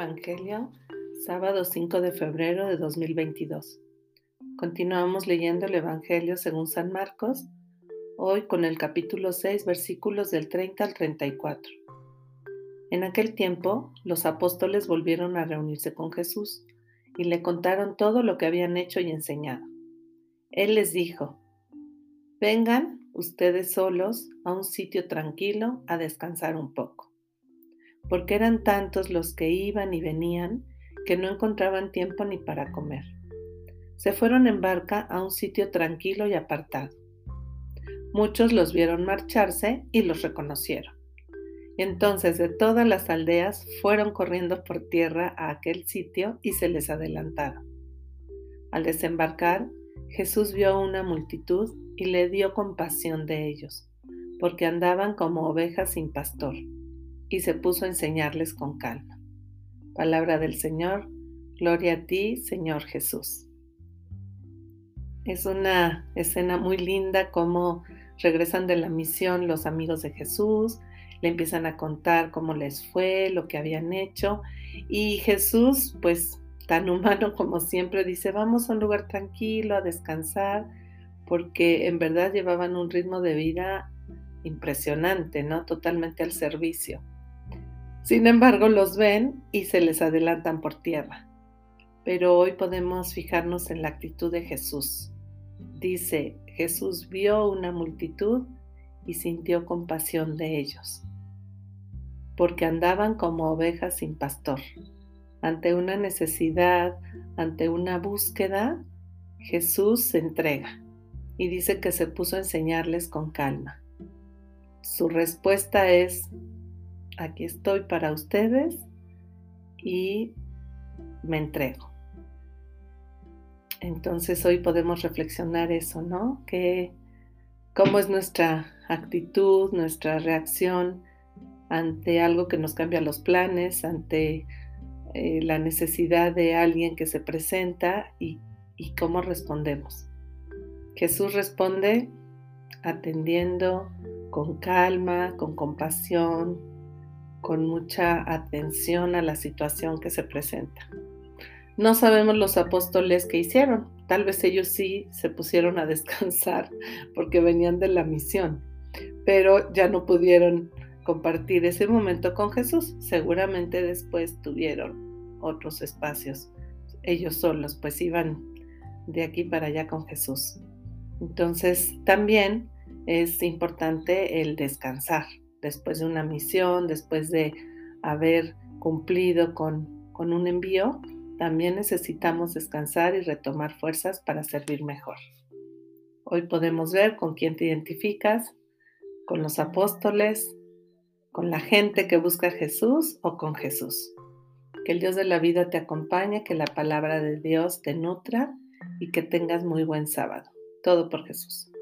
Evangelio, sábado 5 de febrero de 2022. Continuamos leyendo el Evangelio según San Marcos, hoy con el capítulo 6, versículos del 30 al 34. En aquel tiempo, los apóstoles volvieron a reunirse con Jesús y le contaron todo lo que habían hecho y enseñado. Él les dijo: vengan ustedes solos a un sitio tranquilo a descansar un poco, porque eran tantos los que iban y venían que no encontraban tiempo ni para comer. Se fueron en barca a un sitio tranquilo y apartado. Muchos los vieron marcharse y los reconocieron. Entonces de todas las aldeas fueron corriendo por tierra a aquel sitio y se les adelantaron. Al desembarcar, Jesús vio a una multitud y le dio compasión de ellos, porque andaban como ovejas sin pastor, y se puso a enseñarles con calma. Palabra del Señor, gloria a ti, Señor Jesús. Es una escena muy linda cómo regresan de la misión los amigos de Jesús, le empiezan a contar cómo les fue, lo que habían hecho, y Jesús, pues tan humano como siempre, dice: vamos a un lugar tranquilo a descansar, porque en verdad llevaban un ritmo de vida impresionante, ¿no? Totalmente al servicio. Sin embargo, los ven y se les adelantan por tierra. Pero hoy podemos fijarnos en la actitud de Jesús. Dice: Jesús vio una multitud y sintió compasión de ellos, porque andaban como ovejas sin pastor. Ante una necesidad, ante una búsqueda, Jesús se entrega y dice que se puso a enseñarles con calma. Su respuesta es: aquí estoy para ustedes y me entrego. Entonces hoy podemos reflexionar eso, ¿no? ¿Cómo es nuestra actitud, nuestra reacción ante algo que nos cambia los planes, ante la necesidad de alguien que se presenta y cómo respondemos? Jesús responde atendiendo con calma, con compasión, con mucha atención a la situación que se presenta. No sabemos los apóstoles qué hicieron. Tal vez ellos sí se pusieron a descansar porque venían de la misión, pero ya no pudieron compartir ese momento con Jesús. Seguramente después tuvieron otros espacios. Ellos solos, pues iban de aquí para allá con Jesús. Entonces, también es importante el descansar después de una misión, después de haber cumplido con un envío. También necesitamos descansar y retomar fuerzas para servir mejor. Hoy podemos ver con quién te identificas: con los apóstoles, con la gente que busca a Jesús o con Jesús. Que el Dios de la vida te acompañe, que la palabra de Dios te nutra y que tengas muy buen sábado. Todo por Jesús.